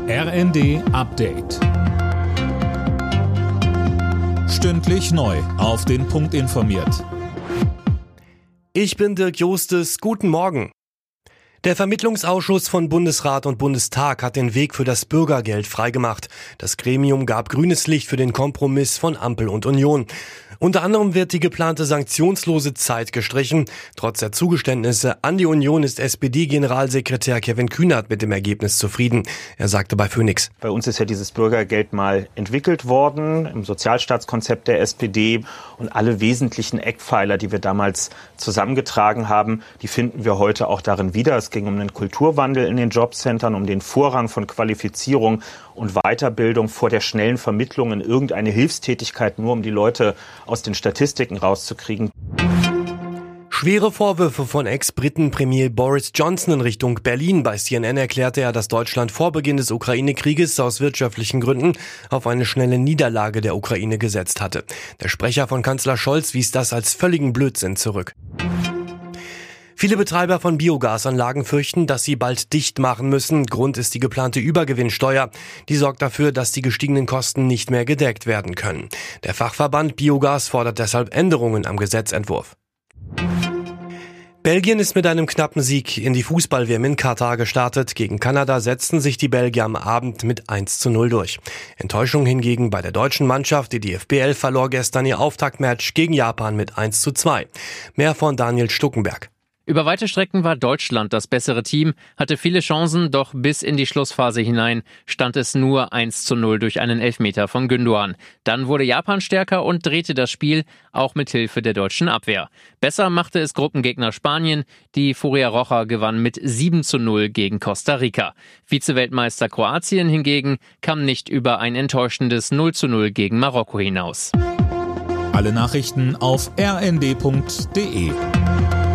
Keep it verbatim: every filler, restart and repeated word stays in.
R N D Update. Stündlich neu auf den Punkt informiert. Ich bin Dirk Jostes. Guten Morgen. Der Vermittlungsausschuss von Bundesrat und Bundestag hat den Weg für das Bürgergeld freigemacht. Das Gremium gab grünes Licht für den Kompromiss von Ampel und Union. Unter anderem wird die geplante sanktionslose Zeit gestrichen. Trotz der Zugeständnisse an die Union ist S P D-Generalsekretär Kevin Kühnert mit dem Ergebnis zufrieden. Er sagte bei Phoenix: Bei uns ist ja dieses Bürgergeld mal entwickelt worden im Sozialstaatskonzept der S P D. Und alle wesentlichen Eckpfeiler, die wir damals zusammengetragen haben, die finden wir heute auch darin wieder. Es ging um den Kulturwandel in den Jobcentern, um den Vorrang von Qualifizierung und Weiterbildung vor der schnellen Vermittlung in irgendeine Hilfstätigkeit, nur um die Leute aus den Statistiken rauszukriegen. Schwere Vorwürfe von Ex-Briten-Premier Boris Johnson in Richtung Berlin. Bei C N N erklärte er, dass Deutschland vor Beginn des Ukraine-Krieges aus wirtschaftlichen Gründen auf eine schnelle Niederlage der Ukraine gesetzt hatte. Der Sprecher von Kanzler Scholz wies das als völligen Blödsinn zurück. Viele Betreiber von Biogasanlagen fürchten, dass sie bald dicht machen müssen. Grund ist die geplante Übergewinnsteuer. Die sorgt dafür, dass die gestiegenen Kosten nicht mehr gedeckt werden können. Der Fachverband Biogas fordert deshalb Änderungen am Gesetzentwurf. Belgien ist mit einem knappen Sieg in die Fußball-W M in Katar gestartet. Gegen Kanada setzten sich die Belgier am Abend mit eins zu null durch. Enttäuschung hingegen bei der deutschen Mannschaft. Die D F B elf verlor gestern ihr Auftaktmatch gegen Japan mit eins zu zwei. Mehr von Daniel Stuckenberg. Über weite Strecken war Deutschland das bessere Team, hatte viele Chancen, doch bis in die Schlussphase hinein stand es nur eins zu null durch einen Elfmeter von Gündoğan. Dann wurde Japan stärker und drehte das Spiel, auch mit Hilfe der deutschen Abwehr. Besser machte es Gruppengegner Spanien, die Furia Roja gewann mit sieben zu null gegen Costa Rica. Vizeweltmeister Kroatien hingegen kam nicht über ein enttäuschendes null zu null gegen Marokko hinaus. Alle Nachrichten auf r n d punkt d e.